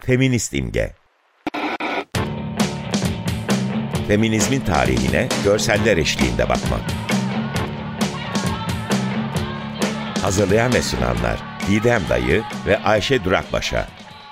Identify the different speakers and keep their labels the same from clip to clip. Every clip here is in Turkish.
Speaker 1: Feminist İmge. Feminizmin tarihine görseller eşliğinde bakmak. Hazırlayan ve sunanlar Didem Dayı ve Ayşe Durakbaşa.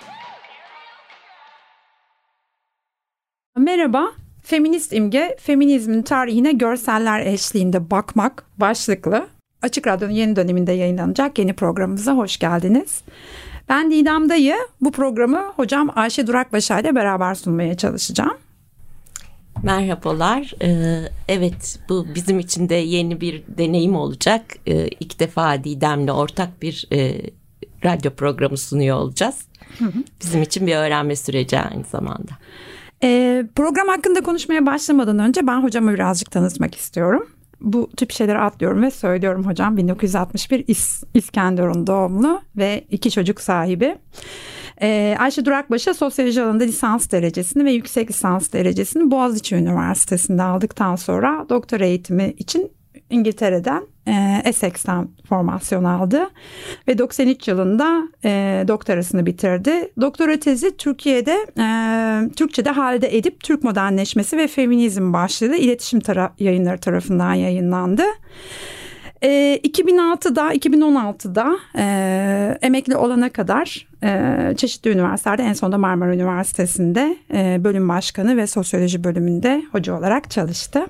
Speaker 2: Merhaba, Feminist İmge, feminizmin tarihine görseller eşliğinde bakmak başlıklı Açık Radyo'nun yeni döneminde yayınlanacak yeni programımıza hoş geldiniz. Ben Didem Dayı, bu programı hocam Ayşe Durakbaşa ile beraber sunmaya çalışacağım.
Speaker 3: Merhabalar. Evet, bu bizim için de yeni bir deneyim olacak. İlk defa Didem'le ortak bir radyo programı sunuyor olacağız. Bizim için bir öğrenme süreci aynı zamanda.
Speaker 2: Program hakkında konuşmaya başlamadan önce ben hocamı birazcık tanıtmak istiyorum. Bu tip şeyleri atlıyorum ve söylüyorum hocam. 1961 İskenderun doğumlu ve 2 çocuk sahibi. Ayşe Durakbaşa sosyoloji alanında lisans derecesini ve yüksek lisans derecesini Boğaziçi Üniversitesi'nde aldıktan sonra doktora eğitimi için İngiltere'den Essex'ten formasyon aldı ve 93 yılında doktorasını bitirdi. Doktora tezi Türkçe'de Halide Edip Türk Modernleşmesi ve Feminizm başlığı iletişim yayınları tarafından yayınlandı. 2016'da emekli olana kadar çeşitli üniversitelerde, en sonunda Marmara Üniversitesi'nde bölüm başkanı ve sosyoloji bölümünde hoca olarak çalıştı.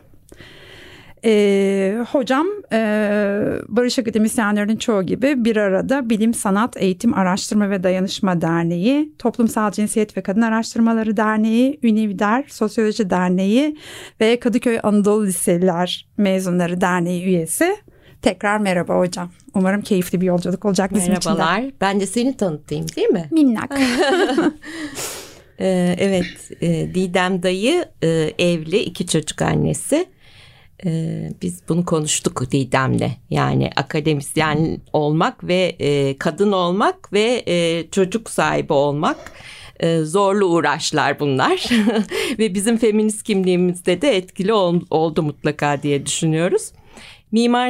Speaker 2: Hocam Barış Akademisyenlerinin çoğu gibi bir arada Bilim, Sanat, Eğitim, Araştırma ve Dayanışma Derneği, Toplumsal Cinsiyet ve Kadın Araştırmaları Derneği, Ünivder Sosyoloji Derneği ve Kadıköy Anadolu Liseliler Mezunları Derneği üyesi. Tekrar merhaba hocam. Umarım keyifli bir yolculuk olacak bizim için de.
Speaker 3: Merhabalar. Ben de seni tanıtayım, değil mi?
Speaker 2: Minnak.
Speaker 3: Evet, Didem Dayı evli, 2 çocuk annesi. Biz bunu konuştuk Didem'le. Yani akademisyen olmak ve kadın olmak ve çocuk sahibi olmak zorlu uğraşlar bunlar. Ve bizim feminist kimliğimizde de etkili oldu mutlaka diye düşünüyoruz. Mimar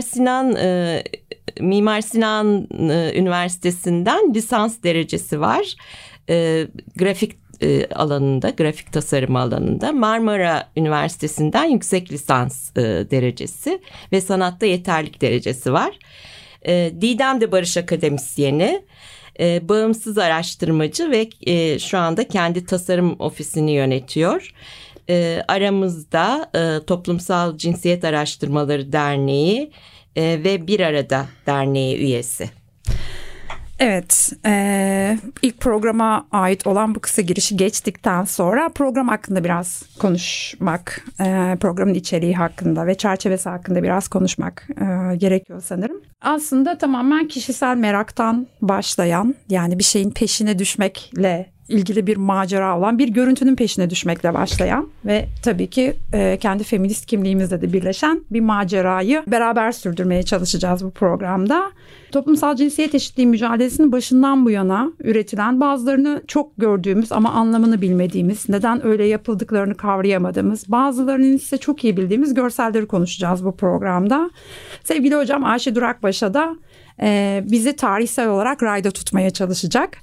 Speaker 3: Sinan Üniversitesi'nden lisans derecesi var. Grafik alanında, grafik tasarım alanında. Marmara Üniversitesi'nden yüksek lisans derecesi ve sanatta yeterlik derecesi var. Didem de Barış Akademisyeni, bağımsız araştırmacı ve şu anda kendi tasarım ofisini yönetiyor. Aramızda Toplumsal Cinsiyet Araştırmaları Derneği ve Bir Arada Derneği üyesi.
Speaker 2: Evet, ilk programa ait olan bu kısa girişi geçtikten sonra program hakkında biraz konuşmak, programın içeriği hakkında ve çerçevesi hakkında biraz konuşmak gerekiyor sanırım. Aslında tamamen kişisel meraktan başlayan, yani bir şeyin peşine düşmekle ilgili bir macera olan, bir görüntünün peşine düşmekle başlayan ve tabii ki kendi feminist kimliğimizle de birleşen bir macerayı beraber sürdürmeye çalışacağız bu programda. Toplumsal cinsiyet eşitliği mücadelesinin başından bu yana üretilen, bazılarını çok gördüğümüz ama anlamını bilmediğimiz, neden öyle yapıldıklarını kavrayamadığımız, bazılarının ise çok iyi bildiğimiz görselleri konuşacağız bu programda. Sevgili hocam Ayşe Durakbaşa da bizi tarihsel olarak rayda tutmaya çalışacak.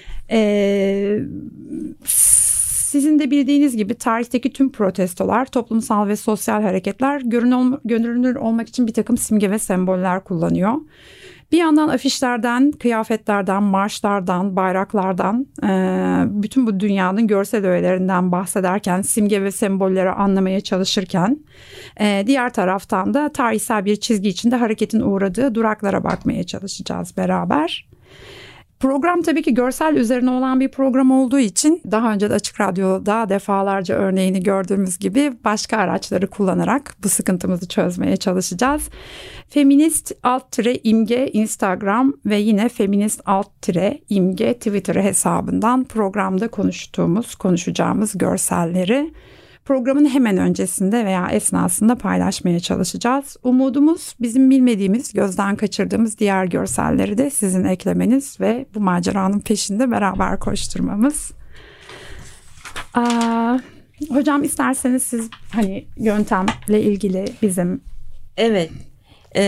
Speaker 2: Sizin de bildiğiniz gibi tarihteki tüm protestolar, toplumsal ve sosyal hareketler görünür olmak için bir takım simge ve semboller kullanıyor. Bir yandan afişlerden, kıyafetlerden, marşlardan, bayraklardan, bütün bu dünyanın görsel öğelerinden bahsederken, simge ve sembolleri anlamaya çalışırken, diğer taraftan da tarihsel bir çizgi içinde hareketin uğradığı duraklara bakmaya çalışacağız beraber. Program tabii ki görsel üzerine olan bir program olduğu için daha önce de Açık Radyo'da defalarca örneğini gördüğümüz gibi başka araçları kullanarak bu sıkıntımızı çözmeye çalışacağız. Feminist_imge Instagram ve yine Feminist_imge Twitter hesabından programda konuşacağımız görselleri programın hemen öncesinde veya esnasında paylaşmaya çalışacağız. Umudumuz bizim bilmediğimiz, gözden kaçırdığımız diğer görselleri de sizin eklemeniz ve bu maceranın peşinde beraber koşturmamız. Hocam isterseniz siz yöntemle ilgili bizim...
Speaker 3: Evet.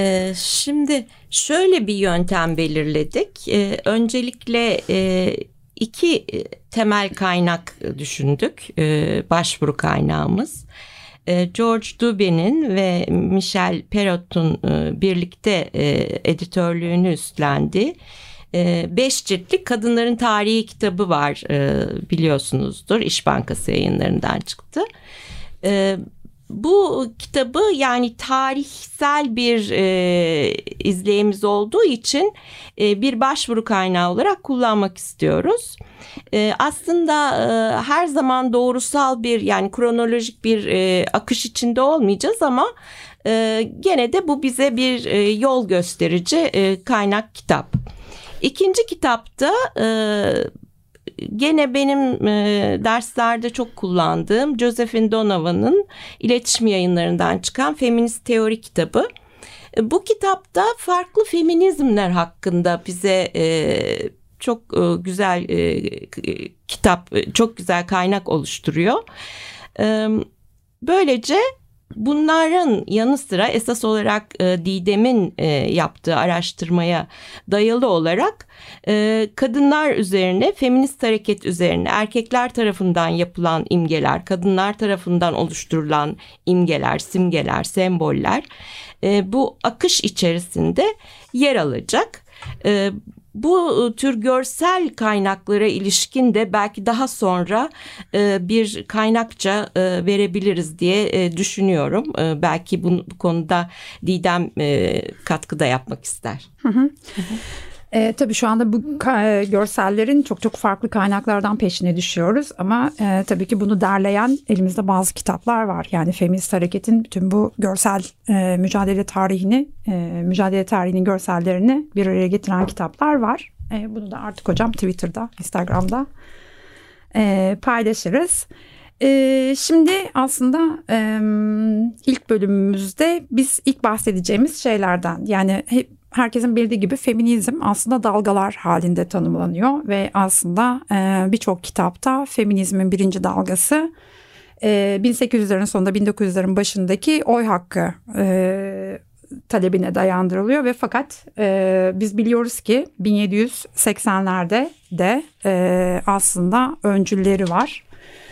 Speaker 3: Şimdi şöyle bir yöntem belirledik. Öncelikle iki temel kaynak düşündük, başvuru kaynağımız. George Duby'nin ve Michel Perrot'un birlikte editörlüğünü üstlendiği 5 ciltlik Kadınların Tarihi kitabı var, biliyorsunuzdur. İş Bankası yayınlarından çıktı. Bu kitabı yani tarihsel bir izleyimiz olduğu için bir başvuru kaynağı olarak kullanmak istiyoruz. Aslında her zaman doğrusal bir yani kronolojik bir akış içinde olmayacağız ama gene de bu bize bir yol gösterici kaynak kitap. İkinci kitapta gene benim derslerde çok kullandığım Josephine Donovan'ın iletişim yayınlarından çıkan Feminist Teori kitabı. Bu kitapta farklı feminizmler hakkında bize çok güzel kitap, çok güzel kaynak oluşturuyor. Böylece bunların yanı sıra esas olarak Didem'in yaptığı araştırmaya dayalı olarak kadınlar üzerine, feminist hareket üzerine erkekler tarafından yapılan imgeler, kadınlar tarafından oluşturulan imgeler, simgeler, semboller bu akış içerisinde yer alacak. Bu tür görsel kaynaklara ilişkin de belki daha sonra bir kaynakça verebiliriz diye düşünüyorum. Belki bu konuda Didem katkı da yapmak ister.
Speaker 2: Hı hı. Tabii şu anda bu görsellerin çok farklı kaynaklardan peşine düşüyoruz ama tabii ki bunu derleyen elimizde bazı kitaplar var. Yani feminist hareketin bütün bu görsel mücadele tarihinin görsellerini bir araya getiren kitaplar var. Bunu da artık hocam Twitter'da, Instagram'da paylaşırız. Şimdi aslında ilk bölümümüzde biz ilk bahsedeceğimiz şeylerden yani herkesin bildiği gibi feminizm aslında dalgalar halinde tanımlanıyor ve aslında birçok kitapta feminizmin birinci dalgası 1800'lerin sonunda 1900'lerin başındaki oy hakkı talebine dayandırılıyor ve fakat biz biliyoruz ki 1780'lerde de aslında öncülleri var.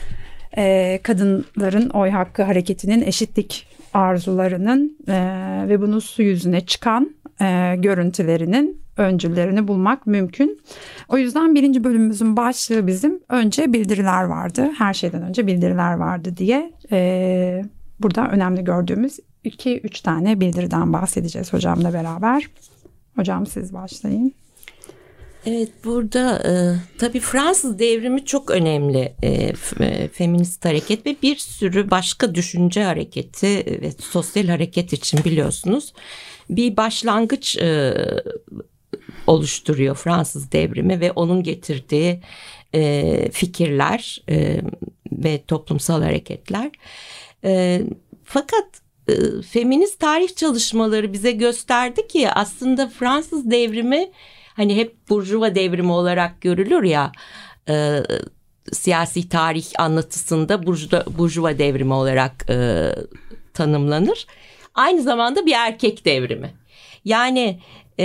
Speaker 2: Kadınların oy hakkı hareketinin eşitlik arzularının ve bunun su yüzüne çıkan görüntülerinin öncüllerini bulmak mümkün. O yüzden birinci bölümümüzün başlığı bizim önce bildiriler vardı. Her şeyden önce bildiriler vardı diye burada önemli gördüğümüz 2-3 tane bildiriden bahsedeceğiz hocamla beraber. Hocam siz başlayın.
Speaker 3: Evet, burada tabii Fransız devrimi çok önemli, feminist hareket ve bir sürü başka düşünce hareketi ve sosyal hareket için biliyorsunuz bir başlangıç oluşturuyor Fransız devrimi ve onun getirdiği fikirler ve toplumsal hareketler. Fakat feminist tarih çalışmaları bize gösterdi ki aslında Fransız devrimi hani hep Burjuva devrimi olarak görülür ya, siyasi tarih anlatısında Burjuva devrimi olarak tanımlanır. Aynı zamanda bir erkek devrimi. Yani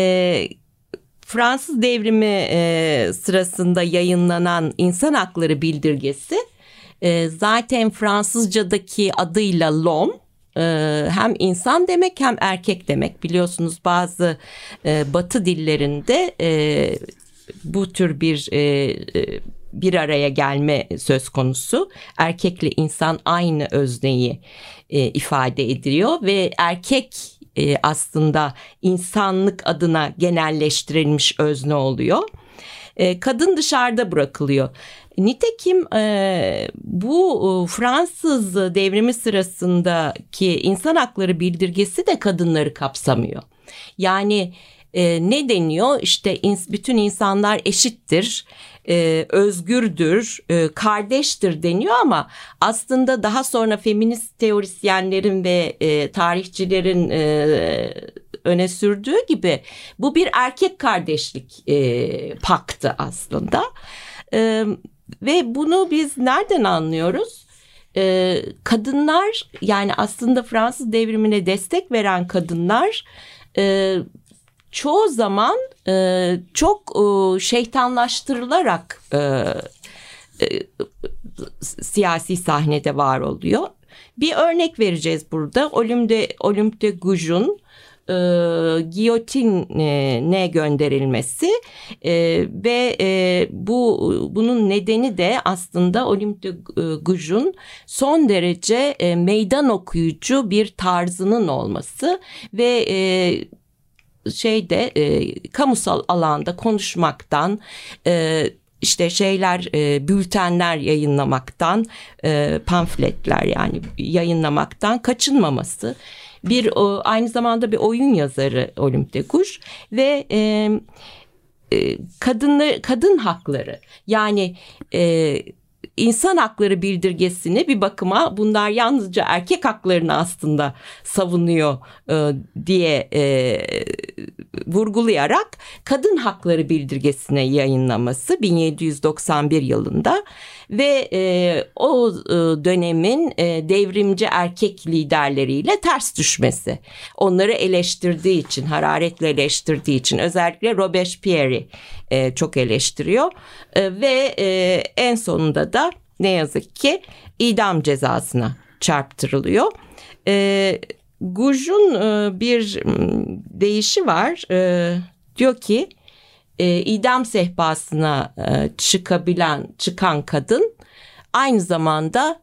Speaker 3: Fransız devrimi sırasında yayınlanan İnsan Hakları Bildirgesi zaten Fransızcadaki adıyla l'homme, hem insan demek hem erkek demek. Biliyorsunuz bazı Batı dillerinde bu tür bir araya gelme söz konusu. Erkekle insan aynı özneyi ifade ediyor ve erkek aslında insanlık adına genelleştirilmiş özne oluyor. Kadın dışarıda bırakılıyor. Nitekim bu Fransız devrimi sırasındaki İnsan Hakları Bildirgesi de kadınları kapsamıyor. Yani ne deniyor? İşte bütün insanlar eşittir, özgürdür, kardeştir deniyor ama aslında daha sonra feminist teorisyenlerin ve tarihçilerin öne sürdüğü gibi bu bir erkek kardeşlik paktı aslında. Ve bunu biz nereden anlıyoruz? Kadınlar, yani aslında Fransız devrimine destek veren kadınlar çoğu zaman çok şeytanlaştırılarak siyasi sahnede var oluyor. Bir örnek vereceğiz burada. Olympe de Gouges'un giyotine gönderilmesi ve bunun nedeni de aslında Olympe de Gouges'un son derece meydan okuyucu bir tarzının olması ve kamusal alanda konuşmaktan, işte bültenler yayınlamaktan, pamfletler yani yayınlamaktan kaçınmaması. Aynı zamanda bir oyun yazarı Olympe de Gouges ve kadın hakları, yani insan hakları bildirgesini bir bakıma bunlar yalnızca erkek haklarını aslında savunuyor diye vurgulayarak kadın hakları bildirgesine yayınlaması 1791 yılında ve o dönemin devrimci erkek liderleriyle ters düşmesi. Onları eleştirdiği için, hararetle eleştirdiği için, özellikle Robespierre'i çok eleştiriyor ve en sonunda da ne yazık ki idam cezasına çarptırılıyor. Gouges'un bir deyişi var. Diyor ki idam sehpasına çıkan kadın aynı zamanda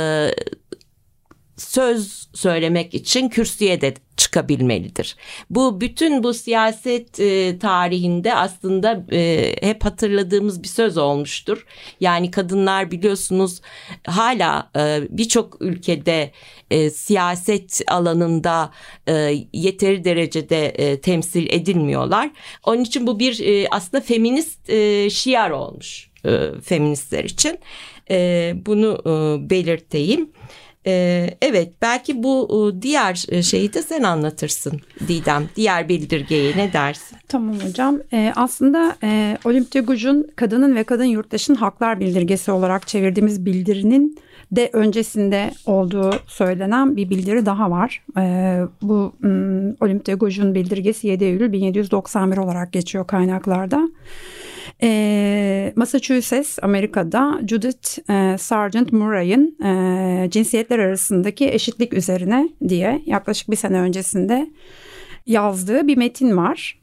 Speaker 3: söz söylemek için kürsüye de çıkabilmelidir. Bütün bu siyaset tarihinde aslında hep hatırladığımız bir söz olmuştur. Yani kadınlar biliyorsunuz hala birçok ülkede siyaset alanında yeteri derecede temsil edilmiyorlar. Onun için bu bir aslında feminist şiar olmuş feministler için. Bunu belirteyim. Evet, belki bu diğer şeyi de sen anlatırsın Didem. Diğer bildirgeyi ne dersin?
Speaker 2: Tamam hocam. Aslında Olympe de Gouges'un kadının ve kadın yurttaşın haklar bildirgesi olarak çevirdiğimiz bildirinin de öncesinde olduğu söylenen bir bildiri daha var. Bu Olympe de Gouges'un bildirgesi 7 Eylül 1791 olarak geçiyor kaynaklarda. Massachusetts, Amerika'da Judith Sargent Murray'ın cinsiyetler arasındaki eşitlik üzerine diye yaklaşık bir sene öncesinde yazdığı bir metin var.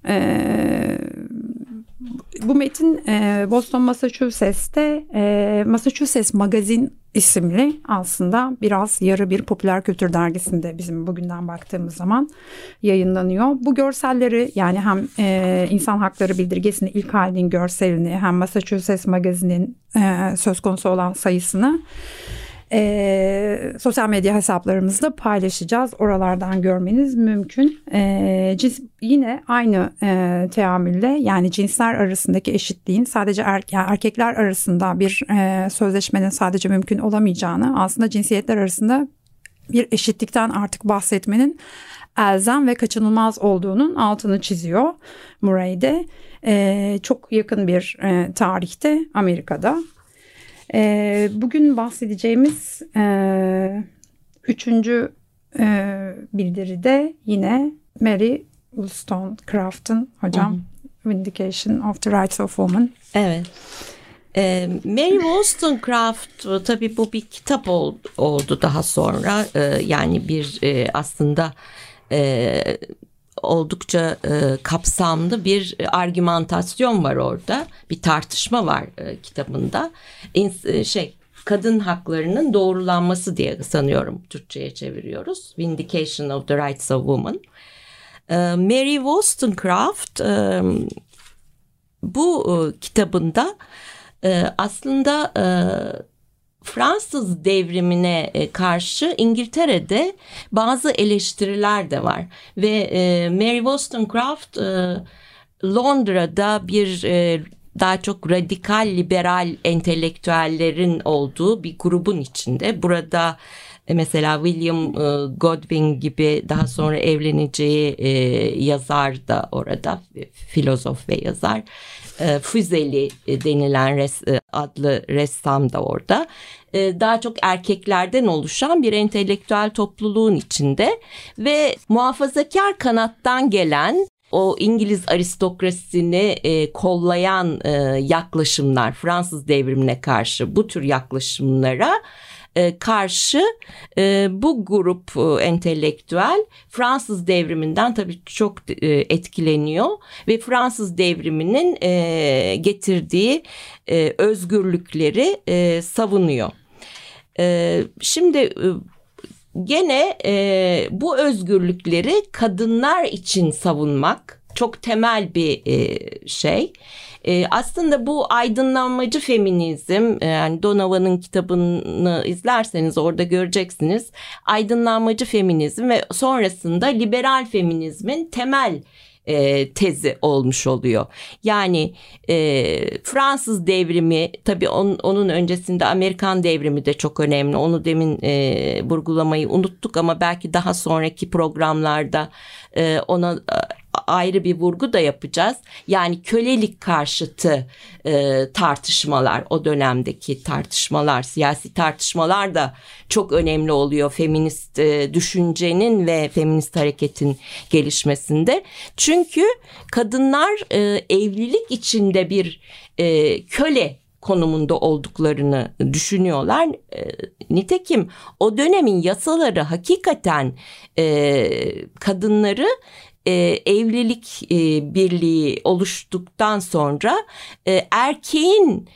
Speaker 2: Bu metin Boston, Massachusetts'te Massachusetts Magazine isimli aslında biraz yarı bir popüler kültür dergisinde bizim bugünden baktığımız zaman yayınlanıyor. Bu görselleri yani hem insan hakları bildirgesinin ilk halinin görselini hem Massachusetts Magazine'in söz konusu olan sayısını sosyal medya hesaplarımızda paylaşacağız. Oralardan görmeniz mümkün. Yine aynı teamülle yani cinsler arasındaki eşitliğin sadece erkekler arasında bir sözleşmenin sadece mümkün olamayacağını, aslında cinsiyetler arasında bir eşitlikten artık bahsetmenin elzem ve kaçınılmaz olduğunun altını çiziyor Murray'de. Çok yakın bir tarihte Amerika'da. Bugün bahsedeceğimiz üçüncü bildiride yine Mary Wollstonecraft'ın hocam Vindication of the Rights of Women.
Speaker 3: Evet. Mary Wollstonecraft tabii bu bir kitap oldu daha sonra. Yani bir aslında oldukça kapsamlı bir argümantasyon var orada. Bir tartışma var kitabında. Kadın haklarının doğrulanması diye sanıyorum Türkçe'ye çeviriyoruz. Vindication of the Rights of Women. Mary Wollstonecraft bu kitabında aslında Fransız devrimine karşı İngiltere'de bazı eleştiriler de var ve Mary Wollstonecraft Londra'da bir daha çok radikal liberal entelektüellerin olduğu bir grubun içinde. Burada mesela William Godwin gibi daha sonra evleneceği yazar da orada, filozof ve yazar. Fuseli denilen adlı ressam da orada. Daha çok erkeklerden oluşan bir entelektüel topluluğun içinde ve muhafazakar kanattan gelen o İngiliz aristokrasisini kollayan yaklaşımlar, Fransız devrimine karşı bu tür yaklaşımlara karşı bu grup entelektüel Fransız devriminden tabii çok etkileniyor ve Fransız devriminin getirdiği özgürlükleri savunuyor. Şimdi gene bu özgürlükleri kadınlar için savunmak çok temel bir şey. Aslında bu aydınlanmacı feminizm, yani Donovan'ın kitabını izlerseniz orada göreceksiniz. Aydınlanmacı feminizm ve sonrasında liberal feminizmin temel tezi olmuş oluyor. Yani Fransız devrimi, tabii onun öncesinde Amerikan devrimi de çok önemli. Onu demin vurgulamayı unuttuk ama belki daha sonraki programlarda ona ayrı bir vurgu da yapacağız. Yani kölelik karşıtı tartışmalar, o dönemdeki tartışmalar, siyasi tartışmalar da çok önemli oluyor feminist düşüncenin ve feminist hareketin gelişmesinde. Çünkü kadınlar evlilik içinde bir köle konumunda olduklarını düşünüyorlar. Nitekim o dönemin yasaları hakikaten kadınları evlilik birliği oluştuktan sonra erkeğin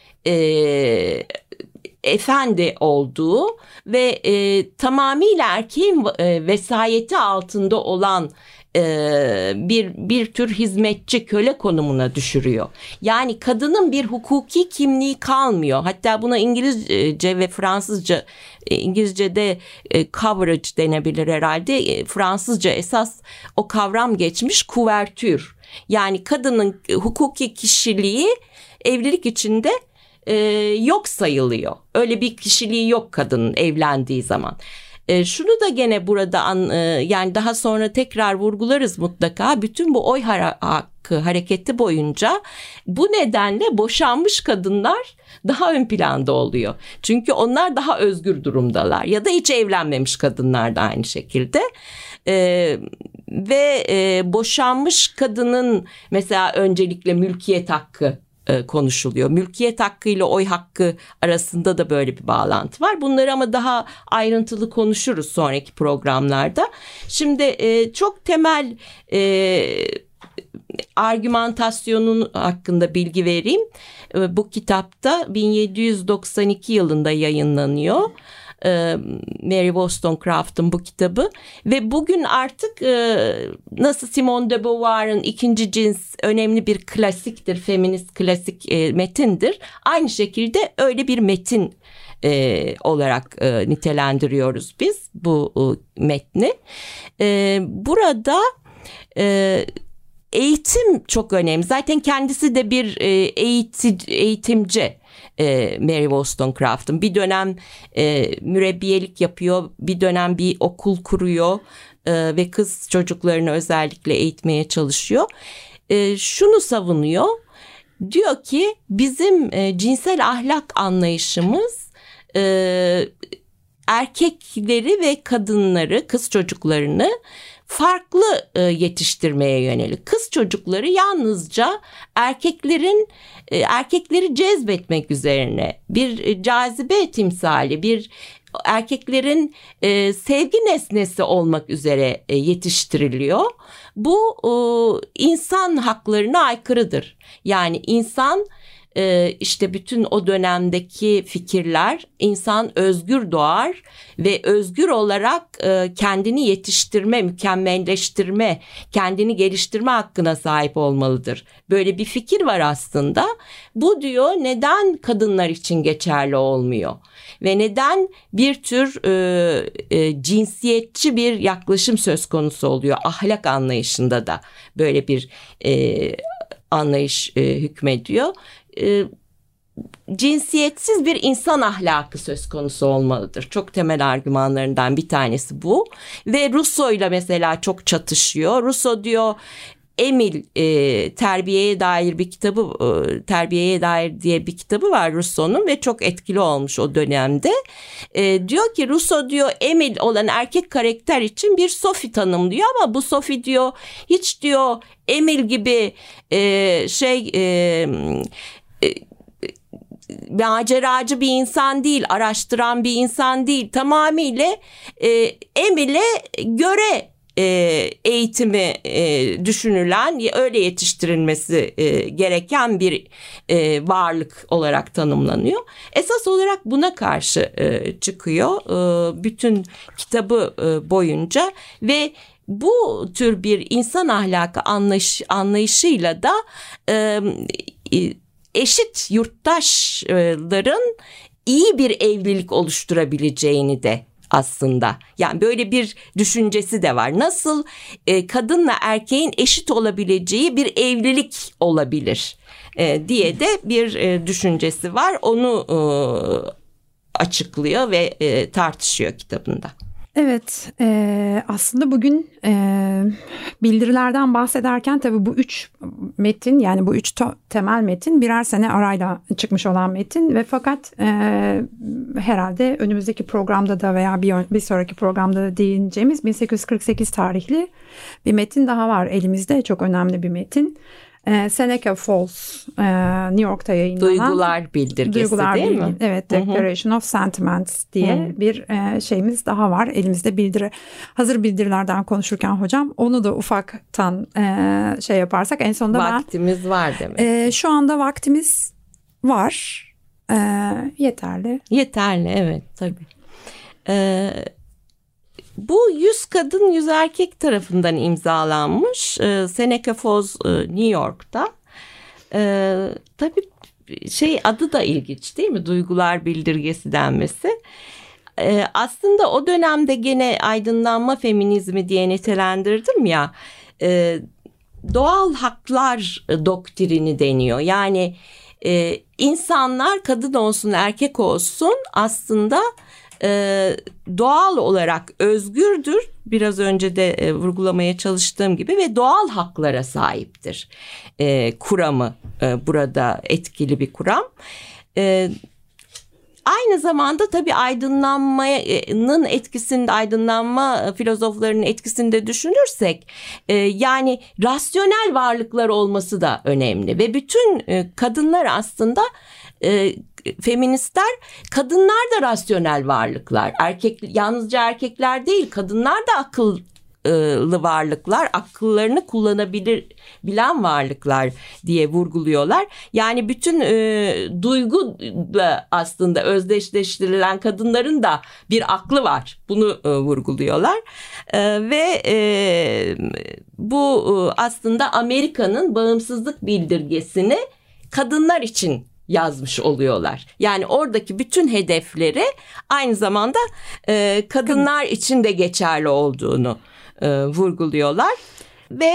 Speaker 3: efendi olduğu ve tamamıyla erkeğin vesayeti altında olan bir tür hizmetçi, köle konumuna düşürüyor. Yani kadının bir hukuki kimliği kalmıyor. Hatta buna İngilizce ve Fransızca, İngilizce'de coverage denebilir herhalde. Fransızca esas o kavram geçmiş, kuvertür. Yani kadının hukuki kişiliği evlilik içinde yok sayılıyor. Öyle bir kişiliği yok kadının evlendiği zaman. Şunu da gene burada yani daha sonra tekrar vurgularız mutlaka. Bütün bu oy hakkı hareketi boyunca bu nedenle boşanmış kadınlar daha ön planda oluyor. Çünkü onlar daha özgür durumdalar ya da hiç evlenmemiş kadınlar da aynı şekilde. Ve boşanmış kadının mesela öncelikle mülkiyet hakkı konuşuluyor. Mülkiyet hakkı ile oy hakkı arasında da böyle bir bağlantı var. Bunları ama daha ayrıntılı konuşuruz sonraki programlarda. Şimdi çok temel argümantasyonun hakkında bilgi vereyim. Bu kitapta 1792 yılında yayınlanıyor. Mary Wollstonecraft'ın bu kitabı ve bugün artık nasıl Simone de Beauvoir'ın İkinci Cins önemli bir klasiktir, feminist klasik metindir. Aynı şekilde öyle bir metin olarak nitelendiriyoruz biz bu metni. Burada eğitim çok önemli. Zaten kendisi de bir eğitimci. Mary Wollstonecraft'ın bir dönem mürebbiyelik yapıyor, bir dönem bir okul kuruyor ve kız çocuklarını özellikle eğitmeye çalışıyor. Şunu savunuyor, diyor ki bizim cinsel ahlak anlayışımız erkekleri ve kadınları, kız çocuklarını farklı yetiştirmeye yönelik. Kız çocukları yalnızca erkekleri cezbetmek üzerine bir cazibe timsali, bir erkeklerin sevgi nesnesi olmak üzere yetiştiriliyor. Bu insan haklarına aykırıdır. Yani insan işte bütün o dönemdeki fikirler, insan özgür doğar ve özgür olarak kendini yetiştirme, mükemmelleştirme, kendini geliştirme hakkına sahip olmalıdır. Böyle bir fikir var aslında. Bu diyor neden kadınlar için geçerli olmuyor? Ve neden bir tür cinsiyetçi bir yaklaşım söz konusu oluyor? Ahlak anlayışında da böyle bir anlayış hükmediyor. Cinsiyetsiz bir insan ahlakı söz konusu olmalıdır. Çok temel argümanlarından bir tanesi bu. Ve Rousseau ile mesela çok çatışıyor. Rousseau diyor Emil terbiyeye dair bir kitabı, terbiyeye dair diye bir kitabı var Rousseau'nun ve çok etkili olmuş o dönemde. Diyor ki Rousseau diyor Emil olan erkek karakter için bir Sophie tanımlıyor ama bu Sophie diyor hiç diyor Emil gibi maceracı bir insan değil, araştıran bir insan değil. Tamamıyla Emil'e göre eğitimi düşünülen, öyle yetiştirilmesi gereken bir varlık olarak tanımlanıyor. Esas olarak buna karşı çıkıyor bütün kitabı boyunca ve bu tür bir insan ahlakı anlayışıyla da eşit yurttaşların iyi bir evlilik oluşturabileceğini de aslında, yani böyle bir düşüncesi de var. Nasıl kadınla erkeğin eşit olabileceği bir evlilik olabilir diye de bir düşüncesi var. Onu açıklıyor ve tartışıyor kitabında.
Speaker 2: Evet, aslında bugün bildirilerden bahsederken tabii bu 3 metin, yani bu 3 temel metin birer sene arayla çıkmış olan metin ve fakat herhalde önümüzdeki programda da veya bir sonraki programda da değineceğimiz 1848 tarihli bir metin daha var elimizde, çok önemli bir metin. Seneca Falls, New York'ta yayınlanan
Speaker 3: Duygular Bildirgesi değil mi?
Speaker 2: Evet, Declaration of Sentiments diye bir şeyimiz daha var elimizde, bildiri. Hazır bildirilerden konuşurken hocam onu da ufaktan şey yaparsak en sonunda
Speaker 3: vaktimiz var demek.
Speaker 2: Şu anda vaktimiz var. Yeterli.
Speaker 3: Yeterli, evet tabii. Bu 100 kadın 100 erkek tarafından imzalanmış Seneca Falls New York'ta. Tabii adı da ilginç değil mi? Duygular Bildirgesi denmesi. Aslında o dönemde gene aydınlanma feminizmi diye nitelendirdim ya. Doğal haklar doktrini deniyor. Yani insanlar kadın olsun erkek olsun aslında doğal olarak özgürdür, biraz önce de vurgulamaya çalıştığım gibi, ve doğal haklara sahiptir. Kuramı burada etkili bir kuram. Aynı zamanda tabii aydınlanmanın etkisinde, aydınlanma filozoflarının etkisinde düşünürsek yani rasyonel varlıklar olması da önemli ve bütün kadınlar aslında feministler, kadınlar da rasyonel varlıklar. Yalnızca erkekler değil, kadınlar da akıllı varlıklar, akıllarını kullanabilen varlıklar diye vurguluyorlar. Yani bütün duyguyla aslında özdeşleştirilen kadınların da bir aklı var. Bunu vurguluyorlar. Ve bu aslında Amerika'nın bağımsızlık bildirgesini kadınlar için yazmış oluyorlar. Yani oradaki bütün hedefleri aynı zamanda kadınlar için de geçerli olduğunu vurguluyorlar. Ve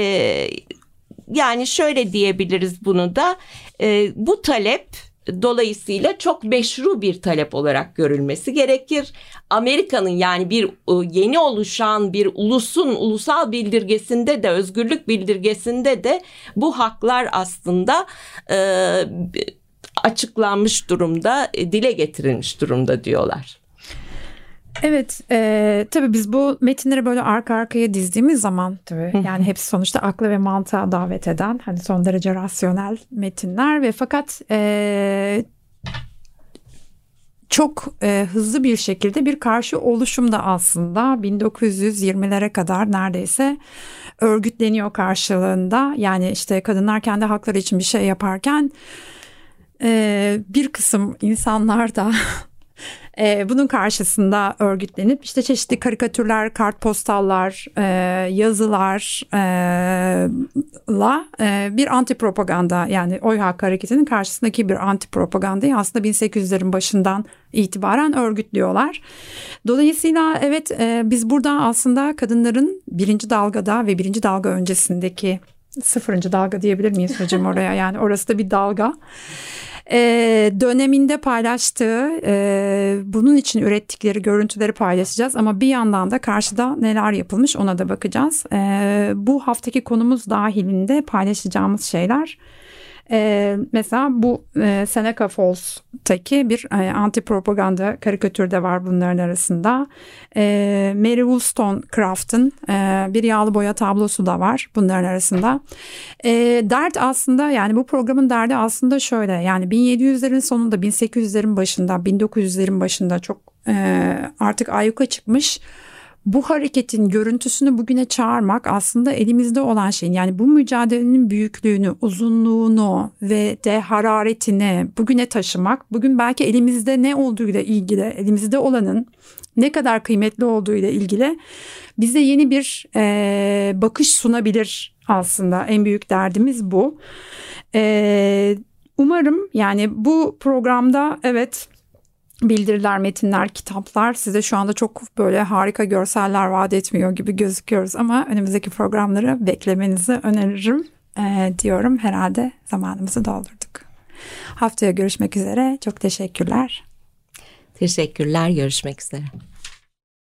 Speaker 3: yani şöyle diyebiliriz bunu da, bu talep dolayısıyla çok meşru bir talep olarak görülmesi gerekir. Amerika'nın, yani bir yeni oluşan bir ulusun ulusal bildirgesinde de, özgürlük bildirgesinde de bu haklar aslında açıklanmış durumda, dile getirilmiş durumda diyorlar.
Speaker 2: Evet, tabii biz bu metinleri böyle arka arkaya dizdiğimiz zaman tabii yani hepsi sonuçta akla ve mantığa davet eden, hani son derece rasyonel metinler ve fakat çok hızlı bir şekilde bir karşı oluşum da aslında 1920'lere kadar neredeyse örgütleniyor karşılığında. Yani işte kadınlar kendi hakları için bir şey yaparken bir kısım insanlar da bunun karşısında örgütlenip işte çeşitli karikatürler, kartpostallar, yazılarla bir anti propaganda, yani Oy Hakkı Hareketi'nin karşısındaki bir anti propagandayı aslında 1800'lerin başından itibaren örgütlüyorlar. Dolayısıyla evet, biz burada aslında kadınların birinci dalgada ve birinci dalga öncesindeki 0. dalga diyebilir miyiz hocam oraya? Yani orası da bir dalga. Döneminde paylaştığı, bunun için ürettikleri görüntüleri paylaşacağız. Ama bir yandan da karşıda neler yapılmış ona da bakacağız. Bu haftaki konumuz dahilinde paylaşacağımız şeyler. Mesela bu Seneca Falls'taki bir anti-propaganda karikatürü de var bunların arasında. Mary Wollstonecraft'ın bir yağlı boya tablosu da var bunların arasında. Dert aslında, yani bu programın derdi aslında şöyle, yani 1700'lerin sonunda, 1800'lerin başında, 1900'lerin başında çok artık ayyuka çıkmış bu hareketin görüntüsünü bugüne çağırmak aslında elimizde olan şeyin, yani bu mücadelenin büyüklüğünü, uzunluğunu ve de hararetini bugüne taşımak, bugün belki elimizde ne olduğuyla ilgili, elimizde olanın ne kadar kıymetli olduğuyla ilgili bize yeni bir bakış sunabilir aslında. En büyük derdimiz bu. Umarım yani bu programda evet, bildiriler, metinler, kitaplar size şu anda çok böyle harika görseller vaat etmiyor gibi gözüküyoruz ama önümüzdeki programları beklemenizi öneririm diyorum. Herhalde zamanımızı doldurduk. Haftaya görüşmek üzere. Çok teşekkürler.
Speaker 3: Teşekkürler. Görüşmek üzere.